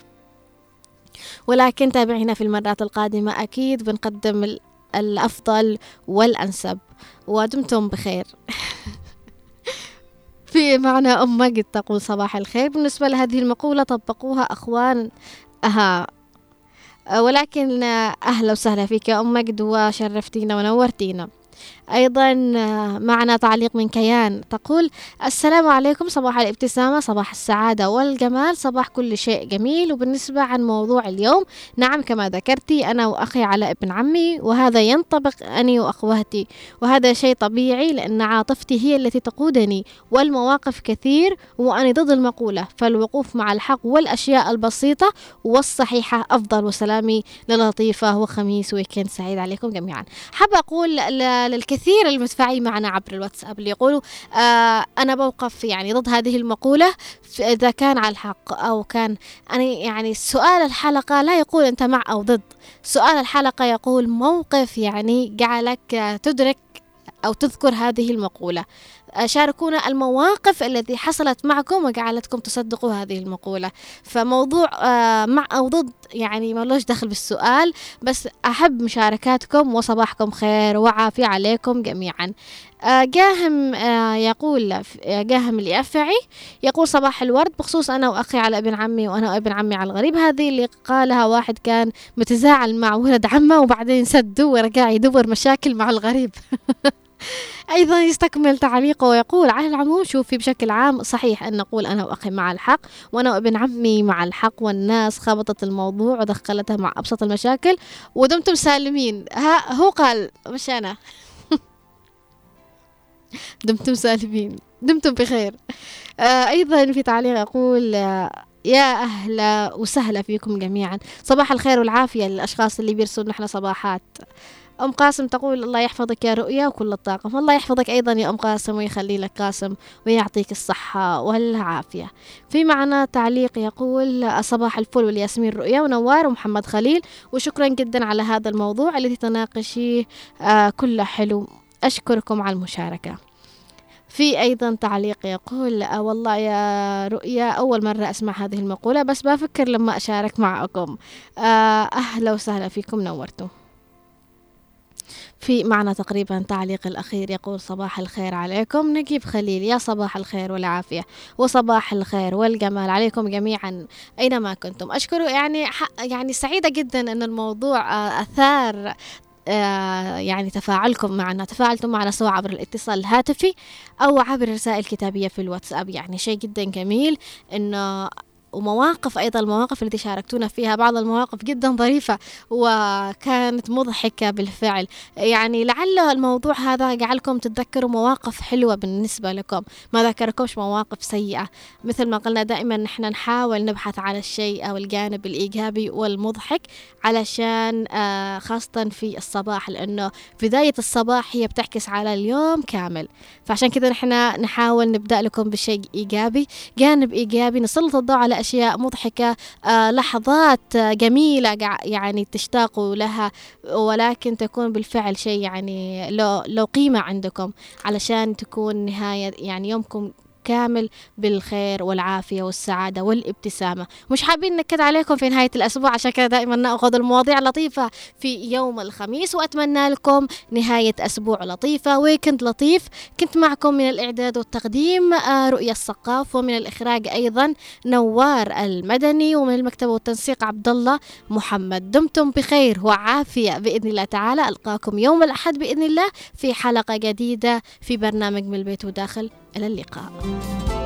ولكن تابعينا في المرات القادمة، أكيد بنقدم الأفضل والأنسب، ودمتم بخير. في معنى أم مجد تقول: صباح الخير، بالنسبة لهذه المقولة طبقوها أخوان أها، ولكن أهلا وسهلا فيك يا أم مجد، وشرفتينا ونورتينا. أيضا معنا تعليق من كيان تقول: السلام عليكم، صباح الابتسامة، صباح السعادة والجمال، صباح كل شيء جميل. وبالنسبة عن موضوع اليوم، نعم كما ذكرتي أنا وأخي على ابن عمي، وهذا ينطبق أني وأخواتي، وهذا شيء طبيعي لأن عاطفتي هي التي تقودني، والمواقف كثير، وأنا ضد المقولة، فالوقوف مع الحق والأشياء البسيطة والصحيحة أفضل. وسلامي للطيفة وخميس ويكند سعيد عليكم جميعا. حابة أقول للكثير المتفاعلين معنا عبر الواتساب اللي يقولوا آه أنا بوقف يعني ضد هذه المقولة إذا كان على الحق أو كان يعني, يعني سؤال الحلقة لا يقول أنت مع أو ضد، سؤال الحلقة يقول موقف يعني جعلك تدرك أو تذكر هذه المقولة. شاركونا المواقف التي حصلت معكم وجعلتكم تصدقوا هذه المقولة. فموضوع مع أو ضد يعني ما لوش دخل بالسؤال، بس أحب مشاركاتكم، وصباحكم خير وعافية عليكم جميعا. جاهم يقول جاهم اليافعي يقول: صباح الورد، بخصوص أنا وأخي على ابن عمي وأنا وابن عمي على الغريب، هذه اللي قالها واحد كان متزاعل مع ولد عمه وبعدين سده ورجع يدور مشاكل مع الغريب. أيضا يستكمل تعليقه ويقول: على العموم شوفي بشكل عام صحيح أن نقول أنا وأخي مع الحق وأنا وابن عمي مع الحق، والناس خبطت الموضوع ودخلتها مع أبسط المشاكل ودمتم سالمين. ها هو قال مش أنا. دمتم سالمين، دمتم بخير. آه أيضا في تعليق يقول: آه يا أهلا وسهلا فيكم جميعا، صباح الخير والعافية للأشخاص اللي بيرسلون نحن صباحات. أم قاسم تقول: الله يحفظك يا رؤيا وكل الطاقم. الله يحفظك أيضا يا أم قاسم ويخلي لك قاسم ويعطيك الصحة والعافية. في معنا تعليق يقول: صباح الفل والياسمين رؤيا ونوار ومحمد خليل، وشكرا جدا على هذا الموضوع الذي تناقشيه آه كله حلو، أشكركم على المشاركة. في أيضا تعليق يقول: آه والله يا رؤيا أول مرة أسمع هذه المقولة، بس بفكر لما أشارك معكم. آه أهلا وسهلا فيكم، نورتوا. في معنا تقريبا تعليق الأخير يقول: صباح الخير عليكم، نجيب خليل، يا صباح الخير والعافية وصباح الخير والجمال عليكم جميعا أينما كنتم. أشكر يعني يعني سعيدة جدا أن الموضوع أثار آه يعني تفاعلكم معنا، تفاعلتم معنا سواء عبر الاتصال الهاتفي أو عبر رسائل كتابية في الواتساب، يعني شيء جدا جميل. إنه ومواقف أيضا المواقف التي شاركتونا فيها بعض المواقف جدا ظريفة وكانت مضحكة بالفعل، يعني لعل الموضوع هذا جعلكم تتذكروا مواقف حلوة بالنسبة لكم، ما ذكركمش مواقف سيئة. مثل ما قلنا دائما نحن نحاول نبحث على الشيء أو الجانب الإيجابي والمضحك، علشان آه خاصة في الصباح، لأنه بداية الصباح هي بتعكس على اليوم كامل، فعشان كذا نحن نحاول نبدأ لكم بشيء إيجابي، جانب إيجابي، نسلط الضوء على أشياء مضحكة، آه لحظات آه جميلة يعني تشتاقوا لها، ولكن تكون بالفعل شيء يعني لو, لو قيمة عندكم، علشان تكون نهاية يعني يومكم كامل بالخير والعافية والسعادة والابتسامة. مش حابين نكد عليكم في نهاية الأسبوع، عشان كذا دائما نأخذ المواضيع لطيفة في يوم الخميس، وأتمنى لكم نهاية أسبوع لطيفة، ويكند لطيف. كنت معكم من الإعداد والتقديم رؤيا السقاف، ومن الإخراج أيضا نوار المدني، ومن المكتب والتنسيق عبد الله محمد. دمتم بخير وعافية بإذن الله تعالى. ألقاكم يوم الأحد بإذن الله في حلقة جديدة في برنامج من البيت وداخل. إلى اللقاء.